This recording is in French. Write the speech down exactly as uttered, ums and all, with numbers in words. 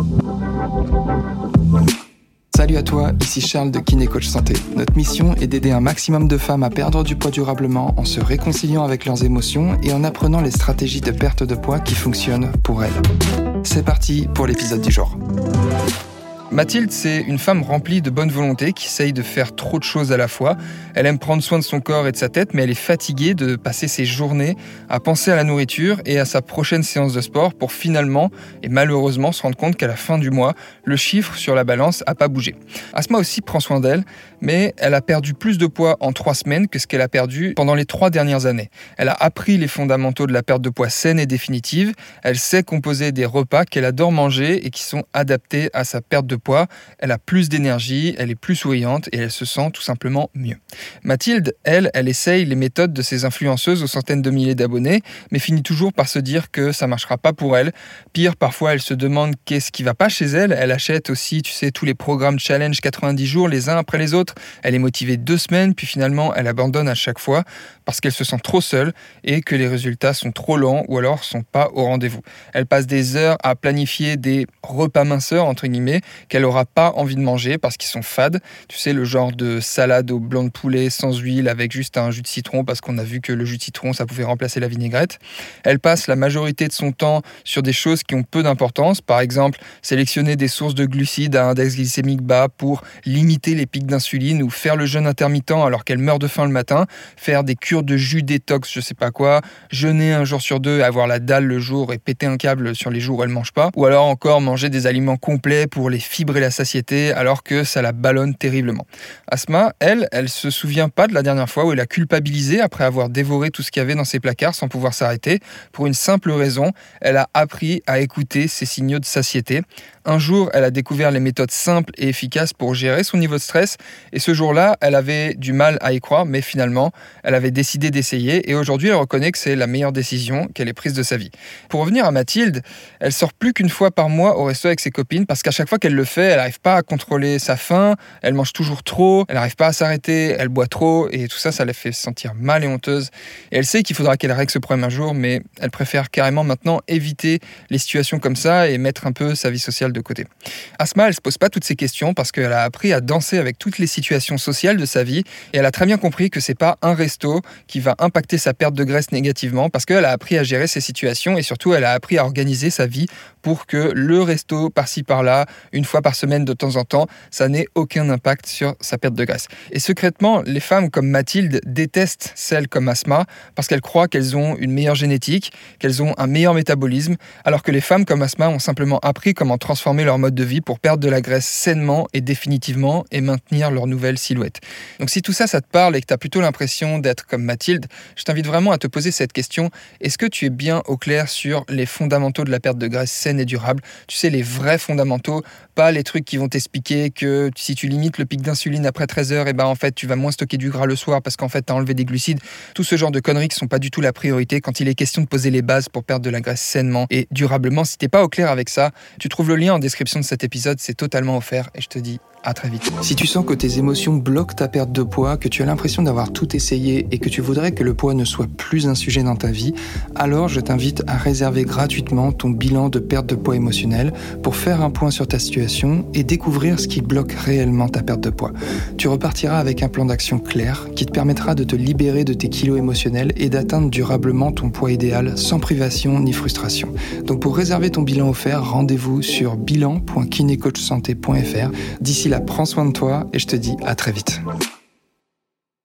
Salut à toi, ici Charles de Kiné Coach Santé. Notre mission est d'aider un maximum de femmes à perdre du poids durablement en se réconciliant avec leurs émotions et en apprenant les stratégies de perte de poids qui fonctionnent pour elles. C'est parti pour l'épisode du jour. Mathilde, c'est une femme remplie de bonne volonté qui essaye de faire trop de choses à la fois. Elle aime prendre soin de son corps et de sa tête, mais elle est fatiguée de passer ses journées à penser à la nourriture et à sa prochaine séance de sport pour finalement, et malheureusement, se rendre compte qu'à la fin du mois, le chiffre sur la balance n'a pas bougé. Asma aussi prend soin d'elle, mais elle a perdu plus de poids en trois semaines que ce qu'elle a perdu pendant les trois dernières années. Elle a appris les fondamentaux de la perte de poids saine et définitive. Elle sait composer des repas qu'elle adore manger et qui sont adaptés à sa perte de poids. Elle a plus d'énergie, elle est plus souriante et elle se sent tout simplement mieux. Mathilde, elle, elle essaye les méthodes de ces influenceuses aux centaines de milliers d'abonnés, mais finit toujours par se dire que ça marchera pas pour elle. Pire, parfois elle se demande qu'est-ce qui va pas chez elle. Elle achète aussi, tu sais, tous les programmes challenge quatre-vingt-dix jours les uns après les autres. Elle est motivée deux semaines, puis finalement elle abandonne à chaque fois parce qu'elle se sent trop seule et que les résultats sont trop lents ou alors sont pas au rendez-vous. Elle passe des heures à planifier des repas minceurs, entre guillemets, qu'elle n'aura pas envie de manger parce qu'ils sont fades. Tu sais, le genre de salade au blanc de poulet sans huile avec juste un jus de citron parce qu'on a vu que le jus de citron, ça pouvait remplacer la vinaigrette. Elle passe la majorité de son temps sur des choses qui ont peu d'importance. Par exemple, sélectionner des sources de glucides à index glycémique bas pour limiter les pics d'insuline ou faire le jeûne intermittent alors qu'elle meurt de faim le matin, faire des cures de jus détox, je sais pas quoi, jeûner un jour sur deux, avoir la dalle le jour et péter un câble sur les jours où elle mange pas, ou alors encore manger des aliments complets pour les fibres et la satiété alors que ça la ballonne terriblement. Asma, elle, elle se souvient pas de la dernière fois où elle a culpabilisé après avoir dévoré tout ce qu'il y avait dans ses placards sans pouvoir s'arrêter, pour une simple raison, elle a appris à écouter ses signaux de satiété. Un jour, elle a découvert les méthodes simples et efficaces pour gérer son niveau de stress et ce jour-là, elle avait du mal à y croire, mais finalement, elle avait décidé d'essayer et aujourd'hui, elle reconnaît que c'est la meilleure décision qu'elle ait prise de sa vie. Pour revenir à Mathilde, elle sort plus qu'une fois par mois au resto avec ses copines parce qu'à chaque fois qu'elle le fait, elle n'arrive pas à contrôler sa faim, elle mange toujours trop, elle n'arrive pas à s'arrêter, elle boit trop et tout ça, ça la fait sentir mal et honteuse. Et elle sait qu'il faudra qu'elle règle ce problème un jour, mais elle préfère carrément maintenant éviter les situations comme ça et mettre un peu sa vie sociale de côté. Asma, elle se pose pas toutes ces questions parce qu'elle a appris à danser avec toutes les situations sociales de sa vie et elle a très bien compris que c'est pas un resto qui va impacter sa perte de graisse négativement parce qu'elle a appris à gérer ces situations et surtout elle a appris à organiser sa vie pour que le resto par-ci par-là, une fois par semaine de temps en temps, ça n'ait aucun impact sur sa perte de graisse. Et secrètement, les femmes comme Mathilde détestent celles comme Asma parce qu'elles croient qu'elles ont une meilleure génétique, qu'elles ont un meilleur métabolisme, alors que les femmes comme Asma ont simplement appris comment transformer leur mode de vie pour perdre de la graisse sainement et définitivement et maintenir leur nouvelle silhouette. Donc si tout ça, ça te parle et que tu as plutôt l'impression d'être comme Mathilde, je t'invite vraiment à te poser cette question. Est-ce que tu es bien au clair sur les fondamentaux de la perte de graisse saine et durable? Tu sais, les vrais fondamentaux, pas les trucs qui vont t'expliquer que si tu limites le pic d'insuline après treize heures, et ben en fait, tu vas moins stocker du gras le soir parce qu'en fait, tu as enlevé des glucides. Tout ce genre de conneries qui sont pas du tout la priorité quand il est question de poser les bases pour perdre de la graisse sainement et durablement. Si t'es pas au clair avec ça, tu trouves le lien en description de cet épisode, c'est totalement offert et je te dis à très vite. Si tu sens que tes émotions bloquent ta perte de poids, que tu as l'impression d'avoir tout essayé et que tu voudrais que le poids ne soit plus un sujet dans ta vie, alors je t'invite à réserver gratuitement ton bilan de perte de poids émotionnel pour faire un point sur ta situation et découvrir ce qui bloque réellement ta perte de poids. Tu repartiras avec un plan d'action clair qui te permettra de te libérer de tes kilos émotionnels et d'atteindre durablement ton poids idéal sans privation ni frustration. Donc pour réserver ton bilan offert, rendez-vous sur bilan point kiné coach santé point f r. D'ici là, prends soin de toi et je te dis à très vite.